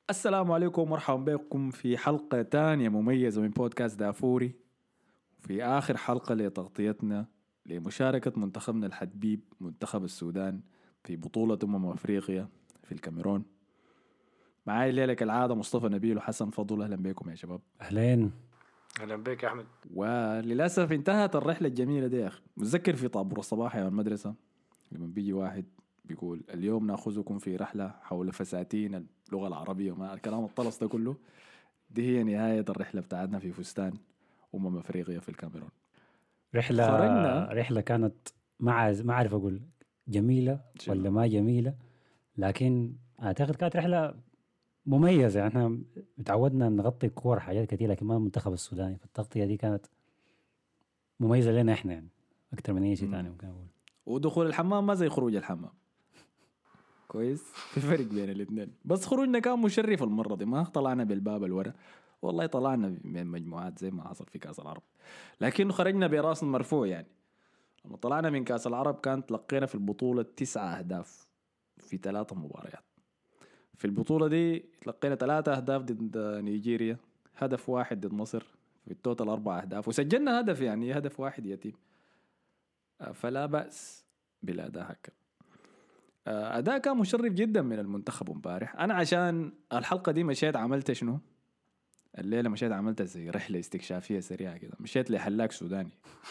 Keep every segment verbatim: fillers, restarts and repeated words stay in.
السلام عليكم ومرحبا بكم في حلقة تانية مميزة من بودكاست دافوري. في آخر حلقة لتغطيتنا لمشاركة منتخبنا الحبيب منتخب السودان في بطولة أمم أفريقيا في الكاميرون. معاي الليلة كالعادة مصطفى نبيل وحسن فضل. أهلا بكم يا شباب. أهلين. أهلا بك يا أحمد. وللأسف انتهت الرحلة الجميلة دي يا أخي. متذكر في طابور الصباح يا المدرسة لما بيجي واحد بيقول اليوم نأخذكم في رحلة حول فساتين اللغة العربية وما الكلام الطلس ده كله. دي هي نهاية الرحلة بتاعتنا في فستان أمم أفريقيا في الكاميرون. رحلة خرجنا رحلة كانت ما عايز ما أعرف أقول جميلة شنو؟ ولا ما جميلة، لكن أعتقد كانت رحلة مميزة. يعني إحنا تعودنا نغطي كور حاجات كتير، لكن ما المنتخب السوداني، فالتغطية دي كانت مميزة لنا إحنا يعني أكتر من أي شيء تاني ممكن أقول. ودخول الحمام ما زي خروج الحمام. كويس، في فرق بين الاثنين. بس خروجنا كان مشرف المرة دي، ما طلعنا بالباب الورا، والله طلعنا من مجموعات زي ما حصل في كأس العرب، لكن خرجنا براس مرفوع. يعني لما طلعنا من كأس العرب كان تلقينا في البطولة تسعة أهداف في ثلاثة مباريات. في البطولة دي تلقينا ثلاثة أهداف ضد نيجيريا، هدف واحد ضد مصر، في التوتال أربع أهداف، وسجلنا هدف، يعني هدف واحد يتيم. فلا بأس بالأداء هكذا. أداء كان مشرف جدا من المنتخب امبارح. أنا عشان الحلقة دي مشيت عملت شنو الليلة، مشيت عملت زي رحلة استكشافية سريعة كده. مشيت لحلاق سوداني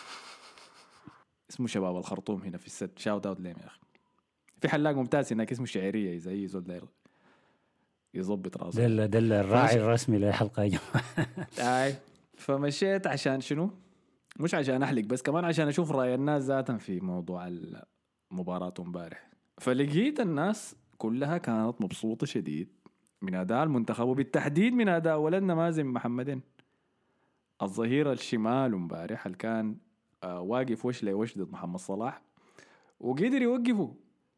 اسمه شباب الخرطوم هنا في السد، شاوت اوت ليم يا أخي. في حلاق ممتاز هناك اسمه شعرية، إذا أي زول داير يظبط راسه ده يعني. ال- ده ال- الراعي فمشي... الرسمي للحلقة يا جماعة. آي. فمشيت عشان شنو، مش عشان أحلق بس، كمان عشان أشوف رأي الناس ذاتهم في موضوع المباراة امبارح. فلقيت الناس كلها كانت مبسوطة شديد من أداء المنتخب، وبالتحديد من أداء ولدنا مازن محمدين الظهير الشمال امبارح، اللي كان آه واقف وش لوش ضد محمد صلاح، وقدر يوقفه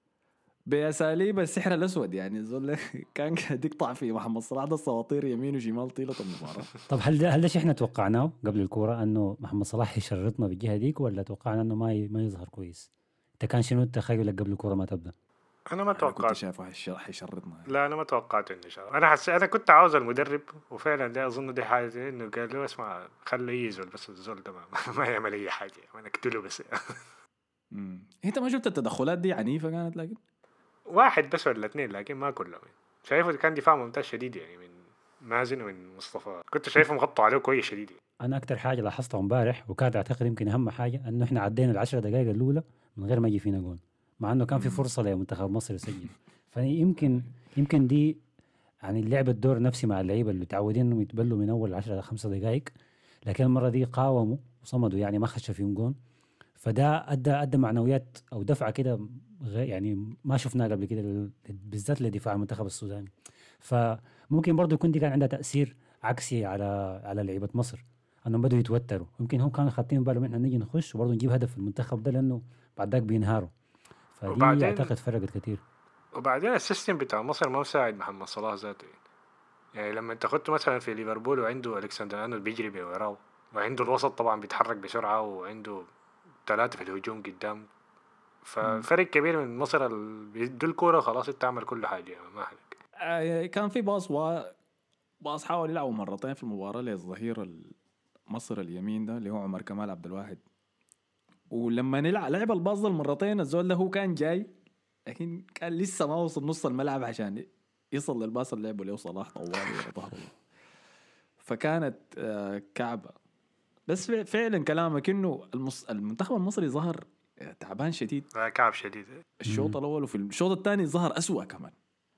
بأساليب السحر الأسود. يعني زول كان قاعد يقطع في محمد صلاح ده السواطير يمين وشمال طيلة المباراة. طب هل ده هل ده شيء احنا توقعناه قبل الكورة انه محمد صلاح يشرطنا بالجهة ديك، ولا توقعنا انه ما ي- ما يظهر كويس؟ انت كان شنو تخيلك قبل الكورة ما تبدأ؟ أنا ما أنا كنت توقعت. شايفه حيشرطنا. لا أنا ما توقعت إنه شاء أنا حس... أنا كنت عاوز المدرب، وفعلا ده أظن دي حاجة إنه قال له اسمع خليه يزول، بس الزول ده ما, ما يعمل أي حاجة، ما نقتله بس. امم انت ما شفت التدخلات دي عنيفة كانت؟ لكن واحد بس ولا اثنين، لكن ما كلهم. شايفه كان دفاع ممتاز شديد يعني من مازن ومن مصطفى، كنت شايفه مغطى عليه كويس شديد يعني. انا اكتر حاجه لاحظتها امبارح، وكانت اعتقد يمكن اهم حاجه، انه احنا عدينا العشر دقائق الاولى من غير ما يجي فينا جول، مع انه كان في فرصه لمنتخب مصر يسجل. فيمكن يمكن دي يعني اللعب الدور نفسي مع اللعيبه اللي متعودين انهم يتبلوا من اول عشر خمسة دقائق، لكن المره دي قاوموا وصمدوا، يعني ما خش فيهم جول. فده ادى ادى معنويات او دفعه كده غير يعني ما شفناها قبل كده، بالذات لدفاع المنتخب السوداني. فممكن برضه يكون دي كان عندها تاثير عكسي على على لعيبه مصر، انهم بدوا يتوتروا. يمكن هم كانوا خاطين بالهم احنا نيجي نخش وبرضه نجيب هدف في المنتخب ده، لانه بعد ذاك بينهاروا. فدي وبعدين اعتقد فرقت كتير. وبعدين السيستم بتاع مصر ما مساعد محمد صلاح ذاته يعني. يعني لما انت خدت مثلا في ليفربول وعنده الكسندر ارنولد بيجري بوراه، وعنده الوسط طبعا بيتحرك بسرعه، وعنده ثلاثه في الهجوم قدام، ففرق كبير من مصر اللي بيدوا الكوره خلاص انت تعمل كل حاجه يعني ما عليك. آه كان في باص و باص حاول يلعبوا مرتين في المباراة للظهير مصر اليمين ده اللي هو عمر كمال عبد الواحد، ولما نلعب لعب الباص ده المرتين الزول ده هو كان جاي، لكن كان لسه ما وصل نص الملعب عشان يصل للباص اللي لعبه له صلاح طوالي ورا ظهره. فكانت آه كعبة. بس فعلا كلامك انه المص... المنتخب المصري ظهر تعبان شديد كعب شديد. الشوط الاول، وفي الشوط الثاني ظهر أسوأ كمان.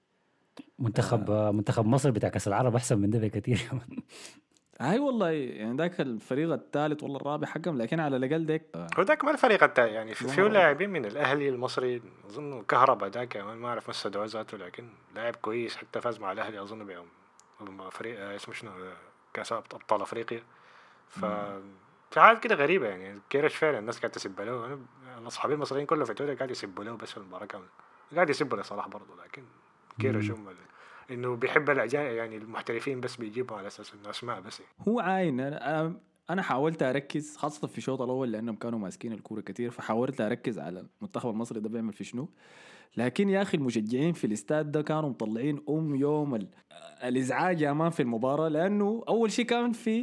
منتخب آه. منتخب مصر بتاع كاس العرب احسن من ده بكثير كمان. هاي والله يعني ذاك الفريق الثالث ولا الرابع حكم، لكن على الاقل ديك هو ذاك ما الفريق التاني يعني، في فيه ظهر أفضل. لاعبين من الاهلي المصري اظن كهربا ذاك يعني ما اعرف مسه دوازاته، لكن لاعب كويس حتى فاز مع الاهلي اظن بيوم فريق اسمه شنو كاس ابطال افريقيا. ف في حاجات كده غريبه يعني. كيرش فعلا الناس قاعده تسب له، انا اصحابي المصريين كلهم في تويتر قاعد يسبوا له بس في المباراه كامله، قاعد يسبوا لصلاح برضه، لكن كيرش هم انه بيحب الاجانب يعني المحترفين بس بيجيبوا على اساس انه اسماء بس. هو عاين. انا انا حاولت اركز خاصه في الشوط الاول لانهم كانوا ماسكين الكوره كتير، فحاولت اركز على المنتخب المصري ده بيعمل في شنو. لكن يا اخي المشجعين في الاستاد ده كانوا مطلعين ام يوم ال... الازعاج يا مان في المباراه، لانه اول شيء كان في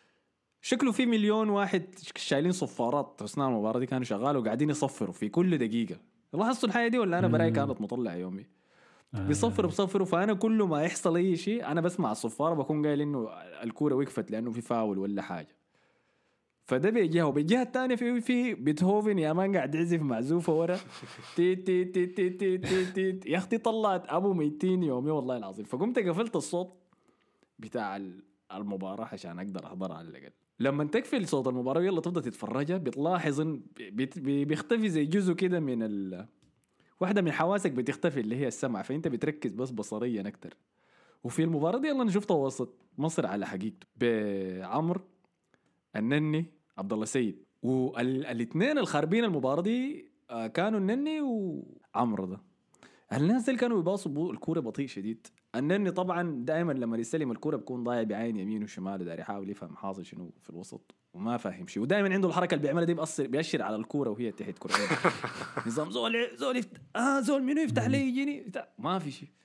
شكله في مليون واحد شايلين صفارات اثناء المباراه دي، كانوا شغالوا وقاعدين يصفروا في كل دقيقه. لاحظتوا الحاجه دي ولا انا براي كانت مطلع يومي؟ بيصفروا بصفروا، فانا كل ما يحصل اي شيء انا بسمع الصفاره بكون قايل انه الكوره وقفت لانه في فاول ولا حاجه. فده بيجيها، وبيجيها الثانيه في في بيتهوفن يا مان قاعد يعزف معزوفه ورا تي تي تي تي تي تي, تي. يا اختي طلعت ابو ميتين يومي والله العظيم. فقمت قفلت الصوت بتاع المباراه عشان اقدر احضرها على الاقل. لما تقفل صوت المباراه يلا تبدا تتفرجها بتلاحظ ان بيختفي زي جزء كده من ال واحده من حواسك بتختفي اللي هي السمع، فانت بتركز بس بصريا اكتر. وفي المباراه دي يلا انا شفتها وسط مصر على حقيقته بعمر النني عبد الله سيد، والاثنين الخاربين المباراه دي كانوا النني وعمرو. ده الناس اللي كانوا يباصوا الكوره بطيء شديد. النني طبعا دائما لما يستلم الكوره بيكون ضايع بعين يمين وشمال وداري يحاول يفهم حاصل شنو في الوسط وما فاهم شيء، ودائما عنده الحركه اللي بيعملها دي بيأثر بيأشر على الكوره وهي تحت كرة نظام زول زول يفت... اه زول منو يفتح لي يجيني ما في شيء.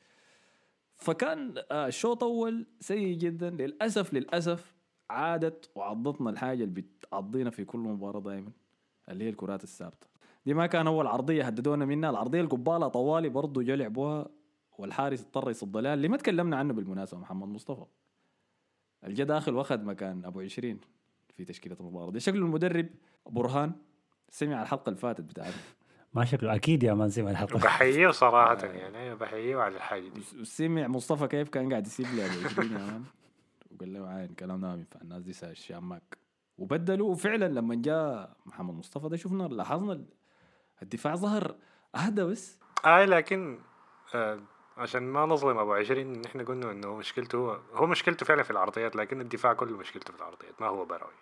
فكان آه الشوط اول سيء جدا للاسف. للاسف عادت وعضتنا الحاجه اللي بتعضينا في كل مباراه دائما اللي هي الكرات الثابته دي. ما كان اول عرضيه هددونا منها، العرضيه القباله طوالي برضو جو لعبوها والحارس اضطر يصد لها اللي ما تكلمنا عنه بالمناسبه محمد مصطفى الجا داخل واخد مكان ابو عشرين في تشكيله المباراه دي. شكله المدرب برهان سمع الحلقه اللي فاتت بتاعته ما شكله اكيد يا مان سمع الحلقه. بحييه صراحه يعني ايوه بحييه على الحاجه دي. وسمع مصطفى كيف كان قاعد يسيب له ابو عشرين يا مان وقال له عين كلام ما ينفع الناس دي ساي الشاماك وبدلوا. وفعلا لما جاء محمد مصطفى ده شفنا لاحظنا الدفاع ظهر اهدى بس اي لكن آه عشان ما نظلم ابو عشرين نحن قلنا انه مشكلته هو هو مشكلته فعلا في العرضيات، لكن الدفاع كله مشكلته في العرضيات ما هو براوي.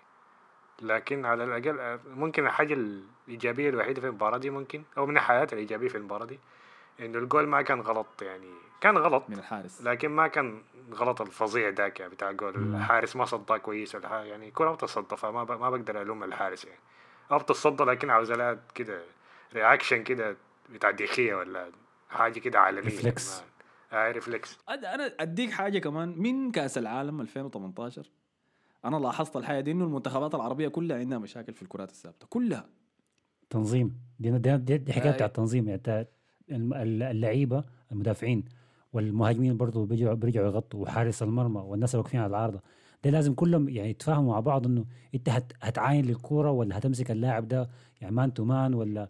لكن على الاقل ممكن الحاجه الايجابيه الوحيده في المباراه دي ممكن او من الحاجات الايجابيه في المباراه دي انه الجول ما كان غلط، يعني كان غلط من الحارس لكن ما كان غلط الفظيع داك يعني بتاع الجول. الحارس ما صدها كويس ولا حاجه، يعني كره بتصدى فما ب... ما بقدر الوم الحارس يعني او بتصدى، لكن عاوزه لها كده رياكشن كده بتاع ديخيه ولا حاجه كده عالميه ريفلكس. يعني آه ريفلكس. انا اديك حاجه كمان من كاس العالم ألفين وثمانية عشر انا لاحظت الحاجه دي انه المنتخبات العربيه كلها عندها مشاكل في الكرات الثابته كلها. تنظيم دي دي, دي, دي حكايه بتاع التنظيم يعني اللعيبه المدافعين والمهاجمين برضو بيرجعوا بيرجعوا يغطوا وحارس المرمى والناس اللي واقفين على العارضه ده لازم كلهم يعني يتفاهموا مع بعض انه انت هت هتعاين للكوره ولا هتمسك اللاعب ده يعني مان تو مان ولا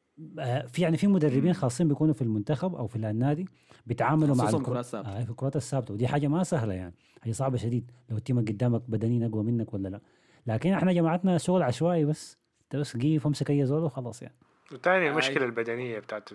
في يعني في مدربين خاصين بيكونوا في المنتخب او في النادي بيتعاملوا مع الكرات الثابته آه في الكرات الثابته ودي حاجه ما سهله يعني هي صعبه شديد لو التيم قدامك بدنيا اقوى منك ولا لا. لكن احنا جماعتنا شغل عشوائي بس انت بس قيف وامسك اي زول وخلاص يعني. وثاني المشكله البدنيه بتاعت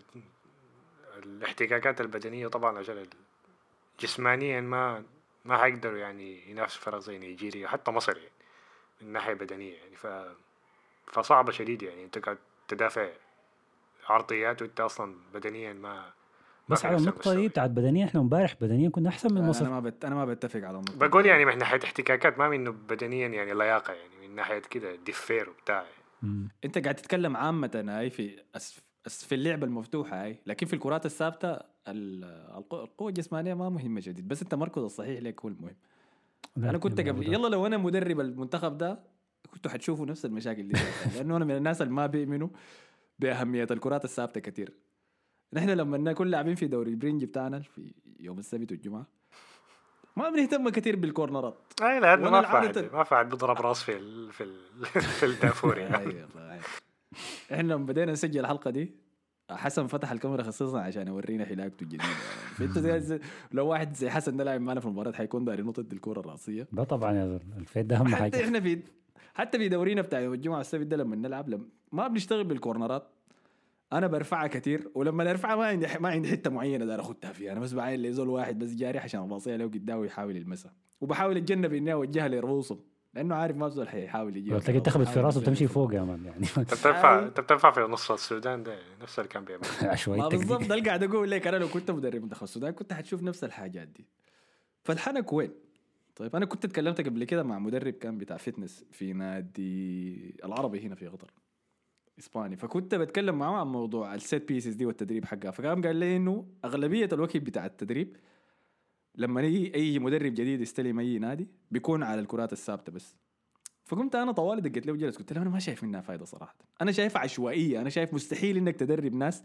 الاحتكاكات البدنيه طبعا عشان جسمانيا ما ما حيقدروا يعني ينافسوا فرق زي نيجيريا حتى مصر يعني من ناحيه بدنيه يعني ف فصعبه شديد يعني انت قاعد تدافع عرضيات وانت اصلا بدنيا ما بس على النقطة دي بتاعت بدنيا احنا امبارح بدنيا كنا احسن من مصر. انا ما بت... انا ما بتفق على النقطة بقول يعني من ناحية احتكاكات ما منه بدنيا يعني لياقة يعني من ناحية كده ديفير وبتاع يعني. انت قاعد تتكلم عامة هاي في أس... أس في اللعبة المفتوحة هاي، لكن في الكرات الثابتة القوة الجسمانية ما مهمة جديد بس التمركز الصحيح لك هو المهم. انا كنت قبل يلا لو انا مدرب المنتخب ده كنتوا حتشوفوا نفس المشاكل دي لانه انا من الناس اللي ما بيؤمنوا باهميه الكرات الثابته كتير. نحن لما كنا لاعبين في دوري البرنج بتاعنا في يوم السبت والجمعه ما بنهتم كثير بالكورنرات. اي لا ما فاعل ما فاعل بضرب راس في ال في ال في الدافور يعني. احنا لما بدينا نسجل الحلقه دي حسن فتح الكاميرا خصيصا عشان يورينا حلاقته الجديده يعني. فانت زي لو واحد زي حسن ده لاعب معنا في المباراه حيكون داري نقطه الكره الراسيه ده طبعا يا زلمه الفيد ده اهم حاجه. حتى احنا في حتى في دورينا بتاع يوم الجمعه السبت ده لما نلعب لما ما بنشتغل بالكورنرات انا برفعها كتير ولما ارفعها ما عندي ما عندي حته معينه دار اخدها فيها انا بس بعين لي زول واحد بس جاري عشان اباصيها له قدامه يحاول يلمسها وبحاول اتجنب اني اوجهها لرؤوسه لانه عارف ما بزول حيحاول يجي تلاقي تخبط في راسه وتمشي فوق يا مان يعني. انت بتنفع انت بتنفع في نص السودان ده نفس اللي كان بيعمل عشوائي بالضبط. ده اللي قاعد اقول لك انا لو كنت مدرب منتخب السودان كنت حتشوف نفس الحاجات دي. فالحنك وين؟ طيب انا كنت اتكلمت قبل كده مع مدرب كان بتاع فتنس في نادي العربي هنا في قطر اسباني. فكنت بتكلم معاه عن موضوع السيت بيسز دي والتدريب حقها. فقام قال لي انه اغلبيه الوقت بتاع التدريب لما يجي اي مدرب جديد يستلم اي نادي بيكون على الكرات الثابته بس. فقمت انا طوالي دقيت له وجلس قلت له انا ما شايف منها فايده صراحه. انا شايفها عشوائيه. انا شايف مستحيل انك تدرب ناس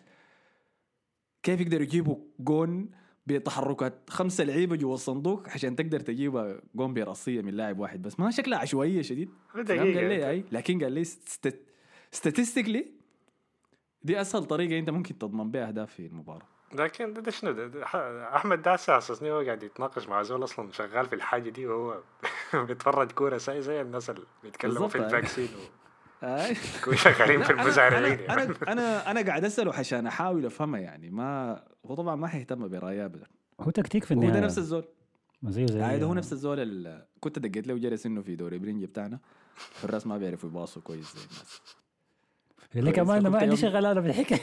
كيف يقدروا يجيبوا جون بتحركات خمسه لعيبه جوا الصندوق عشان تقدر تجيبها جون براسيه من لاعب واحد بس. ما شكلها عشوائيه شديد. قال لي اي لكن قال لي ستاتستيكلي دي اسهل طريقه انت ممكن تضمن بها اهداف في المباراه. لكن ده شنو ده, ده احمد داسة اساسني هو قاعد يتناقش مع زول اصلا شغال في الحاجه دي وهو بيتفرج كوره زي زي الناس اللي بيتكلموا في الفاكسين كوي شغالين في المزارعين. انا انا انا, أنا قاعد اساله عشان احاول افهمها يعني. ما هو طبعا ما حيهتم برايه ابدا. هو تكتيك في النهايه. هو ده نفس الزول ما زيه زي هذا. هو نفس الزول اللي كنت دقيت له وجلس انه في دوري برينج بتاعنا الراس ما بيعرفوا يباصوا كويس زي الناس. اللي كمان انا ما عندي شغل انا بالحكايه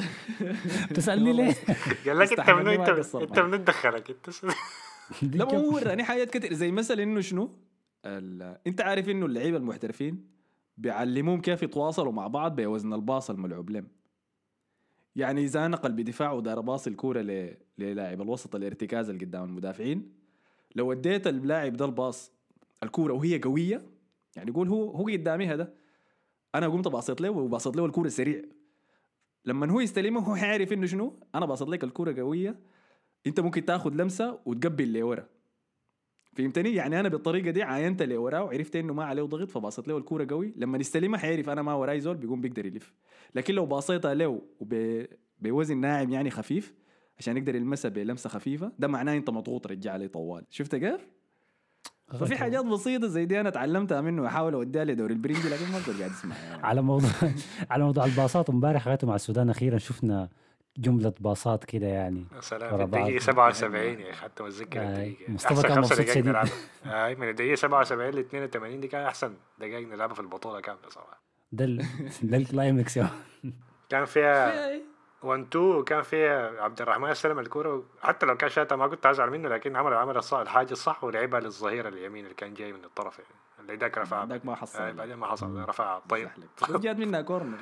تسالني ليه؟ قال لك انت منو انت انت منو تدخلك انت. لا مو وراني حاجات كتير زي مثلا انه شنو انت عارف انه اللعيبه المحترفين بيعلموهم كيف يتواصلوا مع بعض بوزن الباص الملعوب لهم. يعني اذا نقل بدفاع ودار باص الكوره ل... للاعب الوسط الارتكاز اللي قدام المدافعين لو اديت اللاعب ده الباص الكوره وهي قويه يعني يقول هو هو قدامي هذا انا قمت باصيت له وباصيت له الكوره سريع. لما هو يستلمه هو عارف انه شنو انا باصيت لك الكوره قويه انت ممكن تاخذ لمسه وتقبل لورا. فهمتني؟ يعني انا بالطريقه دي عاينت اللي وراه وعرفت انه ما عليه ضغط فباصيت له الكوره قوي. لما يستلمها حيعرف انا ما وراي زول بيقوم بيقدر يلف. لكن لو باصيتها له وبوزن ناعم يعني خفيف عشان يقدر يلمسها بلمسه خفيفه ده معناه انت مضغوط رجع عليه طوال. شفت كيف؟ ففي حاجات بسيطه زي دي انا تعلمتها منه واحاول اوديها لدوري البرنجي لكن ما كنت قاعد اسمع يعني. على موضوع على موضوع الباصات امبارح غايته مع السودان اخيرا شفنا جمله باصات كده يعني. سلام الدقيقه سبعة وسبعين يا حتى متذكر الدقيقه مصطفى كان مبسوط شديد. اي من الدقيقه سبعة وسبعين ل اثنين وثمانين دي كان احسن دقائق نلعبها في البطوله كامله صراحه. ده ال... ده الكلايمكس يا كان فيها واحد اتنين وكان فيها عبد الرحمن استلم الكوره حتى لو كان شاتها ما كنت ازعل منه لكن عمل عمل الصح الحاجه الصح ولعبها للظهير اليمين اللي كان جاي من الطرف يعني. اللي ذاك رفع بعدك ما حصل آه بعدين ما حصل رفع طيب جات منها كورنر.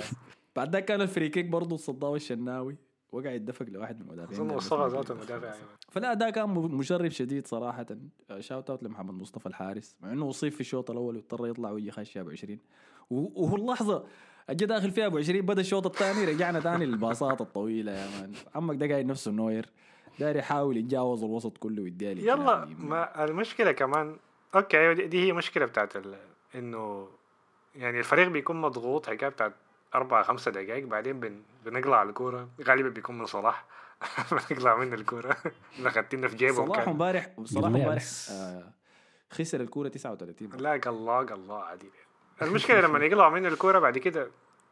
بعد ذاك كان الفري كيك برضه الصداوي الشناوي وقع يدفق لواحد من المدافعين اظن وصلها ذات المدافع. فلا ده كان مشرف شديد صراحه. شاوت اوت لمحمد مصطفى الحارس مع انه اصيب في الشوط الاول واضطر يطلع ويجي خش ابو عشرين وهو اللحظه اجى داخل فيها ابو عشرين بدا الشوط الثاني رجعنا ثاني للباصات الطويله يا مان. عمك ده قاعد نفسه نوير داير يحاول يتجاوز الوسط كله ويديها لي يلا. ما المشكله كمان اوكي دي هي مشكله بتاعت ال... انه يعني الفريق بيكون مضغوط حكايه بتاعت أربعة خمسة دقائق بعدين بن... بنقلع على الكوره غالبا بيكون من صلاح بنقلع من الكوره نخدتنا في جيبه. صلاح امبارح صلاح امبارح آه خسر الكوره تسعة وثلاثين. لا الله الله عديد. المشكله لما يقلعوا من الكوره بعد كده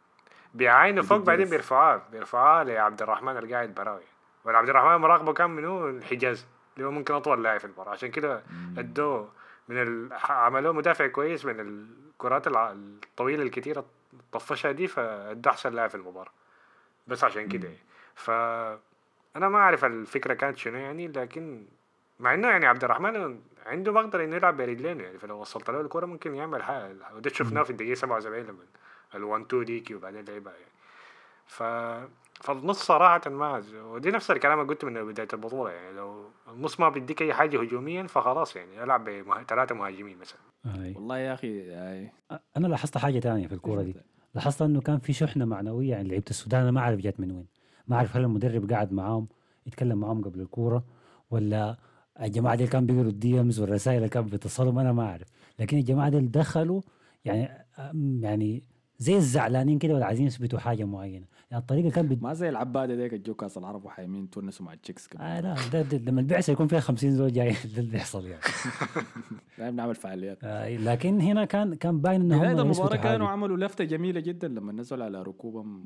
بيعاينوا فوق بعدين بيرفعوها بيرفعوها لعبد الرحمن القاعد براوي والعبد الرحمن مراقبه كان منه الحجاز اللي هو ممكن اطول لاعب في المباراه عشان كده ادوه من ال... عملوه مدافع كويس من الكرات الع... الطويله الكثيره طفشها دي فادوه احسن لاعب في المباراه بس عشان كده. ف انا ما اعرف الفكره كانت شنو يعني لكن مع انه يعني عبد الرحمن عنده مقدره انه يلعب برجلين يعني فلو وصلت له الكره ممكن يعمل حاجه وده شفناه في الدقيقه سبعة وسبعين لما الوان تو ديكي وبعدين لعبها يعني. ف فالنص صراحه ما ودي نفس الكلام اللي قلته من بدايه البطوله يعني لو النص ما بيديك اي حاجه هجوميا فخلاص يعني العب بثلاثه مهاجمين مثلا. آه. والله يا اخي آه. انا لاحظت حاجه تانية في الكوره دي. لاحظت انه كان في شحنه معنويه عند لعيبه السودان. انا ما اعرف جات من وين. ما اعرف هل المدرب قاعد معاهم يتكلم معاهم قبل الكوره ولا الجماعه دي كانوا بيقروا الديمز والرسائل اللي كانت بتصلهم انا ما اعرف. لكن الجماعه دي دخلوا يعني يعني زي الزعلانين كده ولا عايزين يثبتوا حاجه معينه يعني الطريقه كان بد... ما زي العباده ديك الجو كاس العرب وحايمين تونس مع التشيكس كده. آه لا ده, ده لما البعثه يكون فيها خمسين زول جاي ده اللي بيحصل يعني. لا بنعمل فعاليات. آه لكن هنا كان كان باين انهم هذا المباراه كانوا عملوا لفته جميله جدا لما نزلوا على ركوبهم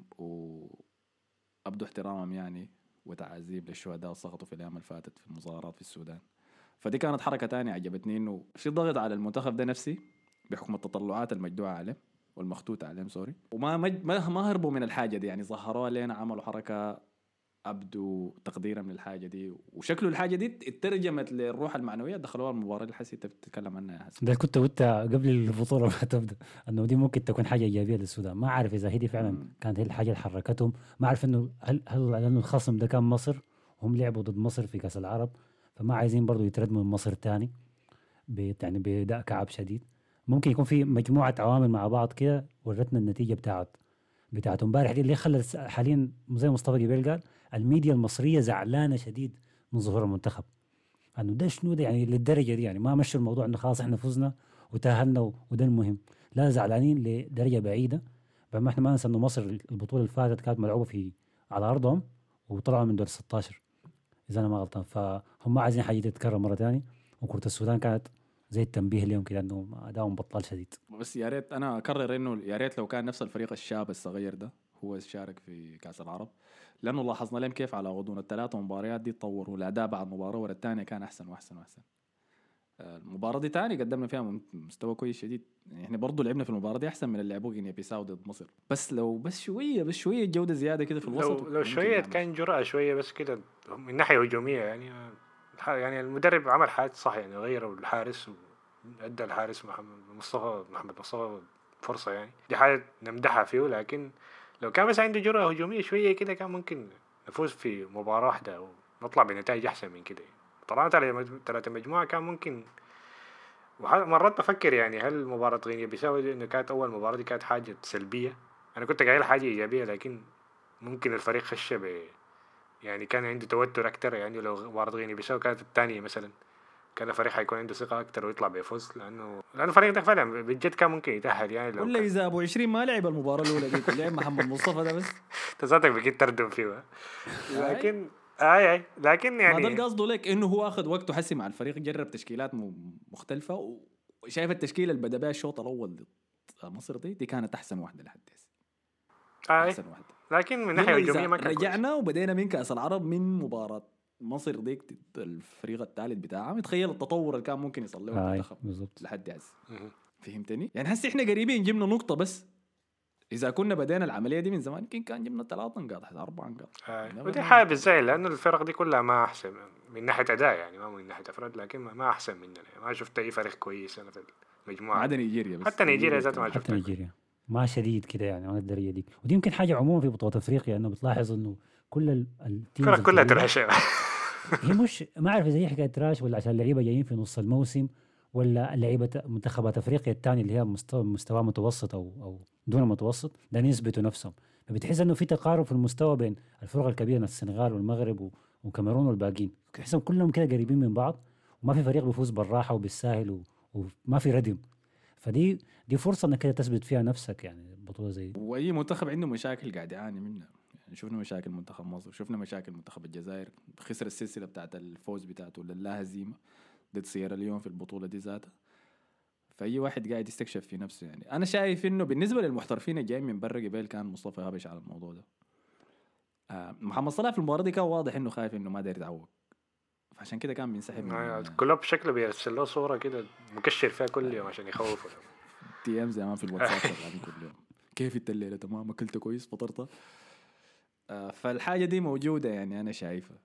وابدوا احترامهم يعني وتعازيب للشهداء السقطوا في الايام اللي فاتت في المظاهرات في السودان. فدي كانت حركه تانية عجبتني انه في ضغط على المنتخب ده نفسي بحكم التطلعات المجدوعه عليه والمخطوطه عليهم سوري وما مج... ما ما هربوا من الحاجه دي يعني ظهروا لنا عملوا حركه ابدوا تقديرا من الحاجه دي، وشكله الحاجه دي اترجمت للروح المعنويه دخلوها المباراه اللي حسيت بتتكلم عنها يا حسن. ده كنت قلت قبل البطوله ما تبدا انه دي ممكن تكون حاجه ايجابيه للسودان. ما عارف اذا هي دي فعلا مم. كانت هي الحاجه اللي حركتهم. ما عارف انه هل هل لانه الخصم ده كان مصر، هم لعبوا ضد مصر في كاس العرب، فما عايزين برضو يتردموا من مصر تاني بيت- يعني بداء كعب شديد. ممكن يكون في مجموعه عوامل مع بعض كده ورتنا النتيجه بتاعت بتاعت امبارح دي اللي خلت الس- حاليا زي مصطفى جبيل قال الميديا المصريه زعلانه شديد من ظهور المنتخب. انه ده شنو ده يعني للدرجه دي، يعني ما مشوا الموضوع انه خلاص احنا فزنا وتاهلنا و- وده المهم. لا، زعلانين لدرجه بعيده. فما احنا ما ننسى انه مصر البطوله اللي فاتت كانت ملعوبه في على ارضهم وطلعوا من دور ستاشر اذا انا ما غلطان. فهم عايزين حاجه تتكرر مره ثانيه. وكره السودان كانت زي التنبيه اليوم كده انه اداؤهم بطال شديد. بس يا ريت انا اكرر انه يا ريت لو كان نفس الفريق الشاب الصغير ده هو شارك في كاس العرب، لانه لاحظنا لهم كيف على غضون الثلاث مباريات دي تطوروا الاداء بعد مباراه ورا الثانيه كان احسن واحسن واحسن. المباراه دي تاني قدمنا فيها من- مستوى كويس شديد، يعني احنا برضو لعبنا في المباراه دي احسن من اللي لعبوه غينيا بيساو ضد مصر، بس لو بس شويه بس شويه جوده زياده كده في الوسط لو لو ممكن شوية نعمل. كان جرأة شوية بس كده من ناحية هجومية يعني. الح- يعني المدرب عمل حاجة صح يعني، غيروا الحارس وأدى الحارس محمد مصطفى محمد مصطفى فرصة يعني، دي حاجة نمدحها فيه. لكن لو كان بس عنده جرأة هجومية شوية كده كان ممكن نفوز في مباراة واحدة ونطلع بنتائج أحسن من كده. طلعنا على مج- تلاتة مجموعة كان ممكن. ومرات بفكر يعني هل مباراة غينيا بيساو دي إنه كانت أول مباراة دي كانت حاجة سلبية؟ أنا كنت قايل حاجة إيجابية، لكن ممكن الفريق خش ب يعني كان عنده توتر أكتر يعني. لو مباراة غينيا بيساو كانت الثانية مثلا كان الفريق حيكون عنده ثقة أكتر ويطلع بيفوز، لأنه لأنه الفريق ده فعلا بجد كان ممكن يتأهل يعني. لو ولا كان اذا ابو عشرين ما لعب المباراه الاولى دي ولعب محمد مصطفى ده بس. تزاتك بقيت تردم فيه. هاي لكن آي آي لكن ما ده يعني القصد لك انه هو اخذ وقته حسي مع الفريق، جرب تشكيلات م- مختلفه، وشايف التشكيله اللي بدا بها الشوط الاول ضد مصر دي دي كانت احسن واحده لحد هسه، آي احسن واحده. لكن من ناحية يلا هجومية اذا ما كان كويس. رجعنا وبدينا من كاس العرب من مباراه مصر ديك ضد الفريق الثالث بتاعها، متخيل التطور اللي كان ممكن يصل له هاي المنتخب بالضبط. لحد هسه. مهم. فهمتني؟ يعني هسه احنا قريبين جبنا نقطه بس، اذا كنا بدينا العمليه دي من زمان يمكن كان جبنا ثلاث نقاط حتى اربع نقاط. آي. Never ودي know. حاجة بتزعل لأنه الفرق دي كلها ما أحسن من ناحية أداء يعني، ما من ناحية أفراد، لكن ما ما أحسن مننا يعني. ما شفت أي فريق كويس أنا في ما المجموعة عدا دي. نيجيريا بس. حتى نيجيريا ذاته ما كان- حتى شفتها كويس. نيجيريا ما شديد كده يعني ما الدرجه دي. ودي يمكن حاجه عموما في بطولات افريقيا انه بتلاحظ انه كل ال- التيمز الفرق كلها الكبيرة ترهشة. هي مش ما اعرف اذا هي حكايه تراش ولا عشان اللعيبه جايين في نص الموسم، ولا لعيبه منتخبات افريقيا الثانيه اللي هي مستوى مستوى متوسط او او دون متوسط ده يثبتوا نفسهم. فبتحس انه في تقارب في المستوى بين الفرق الكبيره مثل السنغال والمغرب و- وكاميرون والباقيين، تحسهم كلهم كده قريبين من بعض وما في فريق بيفوز بالراحه وبالساهل و- وما في ردم. فدي دي فرصه انك كده تثبت فيها نفسك يعني البطوله زي دي. واي منتخب عنده مشاكل قاعد يعاني منها، يعني شفنا مشاكل منتخب مصر، شفنا مشاكل منتخب الجزائر، خسر السلسله بتاعت الفوز بتاعته للا هزيمه ضد سيراليون في البطوله دي ذاتها. فاي واحد قاعد يستكشف في نفسه. يعني انا شايف انه بالنسبه للمحترفين الجايين من برا قبل كان مصطفى هابش على الموضوع ده. آه محمد صلاح في المباراه دي كان واضح انه خايف انه ما داير يتعوق، فعشان كده كان بينسحب من كلوب شكله بيرسل له صورة كده مكشر فيها كل يوم عشان يخوفه. تي ام زمان في الواتساب شغالين كل يوم. كيف انت الليله تمام اكلت كويس فطرت؟ آه فالحاجه دي موجوده يعني انا شايفها.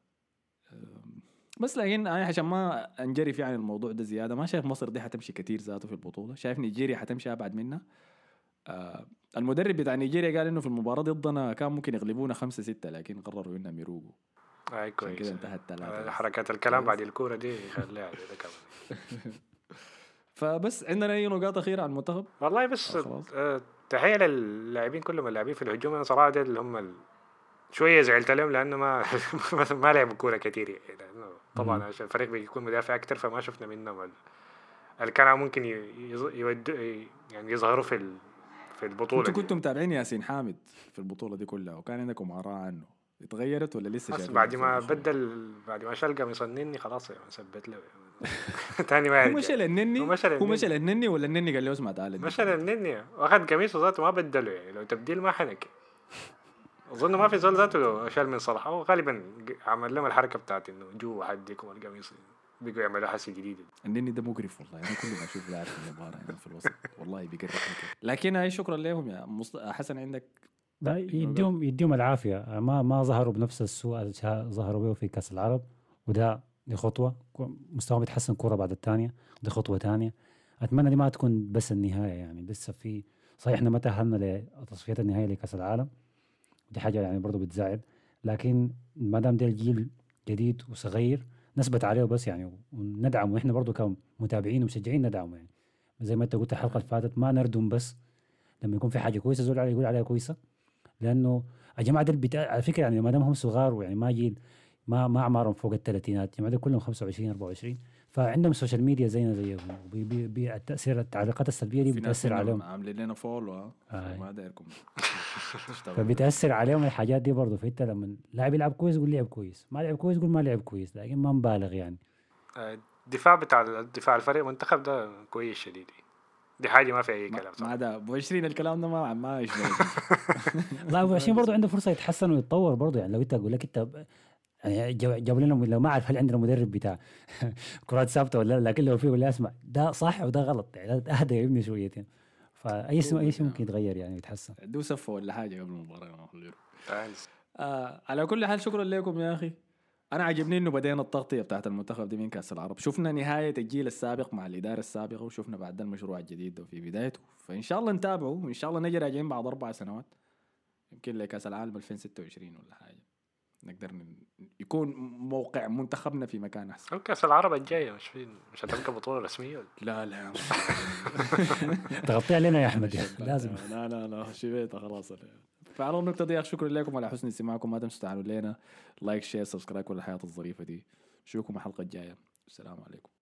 بس لكن انا عشان ما انجري عن الموضوع ده زياده ما شايف مصر دي حتمشي كتير ذاته في البطوله، شايف نيجيريا حتمشي ابعد منها. آه المدرب بتاع نيجيريا قال انه في المباراه ضدنا كان ممكن يغلبونا خمسة ستة لكن قرروا انهم يروقوا اي عشان كويس. كده انتهت ثلاثة. حركات الكلام بعد الكورة دي خليها على ده كمان. فبس عندنا اي نقاط اخيره عن المنتخب؟ والله بس آه خلاص. آه، تحية للاعبين كلهم اللاعبين في الهجوم. انا صراحة دي اللي هم ال... شوية زعلت عليهم لأنه ما ما لعبوا كورة كتير يعني. لأنه طبعا عشان الفريق بيكون مدافع أكتر فما شفنا منهم ال- اللي كانوا ممكن ي- يز- يود يعني يظهروا في ال... في البطولة انتوا دي. كنتوا متابعين ياسين حامد في البطوله دي كلها وكان عندكم آراء عنه، اتغيرت ولا لسه بس شايفين بعد نفسه ما الأخر؟ بدل بعد ما شال قام يصنني خلاص يعني ثبت له تاني ما هو يرجع. مشى للنني هو مشى هو مشى للنني. للنني ولا النني قال له اسمع تعال مشى للنني واخد قميصه ذاته ما بدله يعني. لو تبديل ما حنك اظن ما في زول ذاته شال من صلاح، او غالبا عمل لهم الحركه بتاعت انه جو حدكم القميص بيقوا يعملوا حسي جديد. النني ده مقرف والله، انا كل ما اشوف لاعب في المباراه هنا في الوسط والله بيقرفني. لكن هاي شكرا لهم يا مصط... حسن. عندك لا يديهم يديهم العافيه، ما ما ظهروا بنفس السوء اللي ظهروا به في كاس العرب، وده دي خطوه مستواهم بيتحسن كره بعد الثانيه، دي خطوه ثانيه. اتمنى دي ما تكون بس النهايه، يعني لسه في صحيح احنا ما تاهلنا لتصفيات النهائيه لكاس العالم، دي حاجه يعني برضو بتزعل، لكن ما دام ده الجيل جديد وصغير نثبت عليه بس يعني وندعم، واحنا برضو كمتابعين ومشجعين ندعم يعني زي ما انت قلت الحلقه اللي فاتت، ما نردم بس لما يكون في حاجه كويسه زول يقول عليها كويسه، لانه الجماعه دي البتا... على فكره يعني ما دام هم صغار ويعني ما جيل ما ما اعمارهم فوق الثلاثينات، الجماعه دي كلهم خمسة وعشرين أربعة وعشرين، فعندهم سوشيال ميديا زينا زيهم، وبي- بي- بي- التاثير التعليقات السلبيه دي في ناس بتاثر هنا عليهم، عاملين لنا فولو ها آه. ما دايركم تشتغلوا. فبتاثر عليهم الحاجات دي برضه. فانت لما لاعب يلعب كويس قول لعب كويس، ما لعب كويس قول ما لعب كويس، لكن ما مبالغ يعني. آه، الدفاع بتاع الدفاع الفريق المنتخب ده كويس شديد، دي حاجه ما في اي ما كلام ما صح. ده ابو عشرين الكلام ده ما ما يشبه. لا ابو عشرين برضه عنده فرصه يتحسن ويتطور برضه، يعني لو انت اقول لك انت ب- يعني جاب جاب لنا، لو ما اعرف هل عندنا مدرب بتاع كرات ثابته ولا لا، لكن لو في يقول لي اسمع ده صح وده غلط، يعني اهدى يا ابني شويتين، فاي شيء اي شيء ممكن يتغير يعني ويتحسن. دو سفه ولا حاجه قبل المباراه ما خليره. تعال. آه على كل حال شكرا لكم يا اخي. انا عجبني انه بدينا التغطيه بتاعت المنتخب دي من كاس العرب، شفنا نهايه الجيل السابق مع الاداره السابقه، وشفنا بعد المشروع الجديد ده في بدايته، فان شاء الله نتابعه، وان شاء الله نجي راجعين بعد اربع سنوات يمكن لكاس العالم ألفين وستة وعشرين ولا حاجه، نقدر ن... يكون موقع منتخبنا في مكان احسن. هو كاس العرب الجايه مش في مش هتبقى بطوله رسميه. لا لا تغطي علينا يا احمد يا أخي، لازم. لا لا لا شبيتها خلاص. فعلى النقطة دي شكرا لكم على حسن استماعكم، ما تنسوا تعالوا لنا لايك شير سبسكرايب كل الحياة الظريفة دي. نشوفكم الحلقة الجاية، السلام عليكم.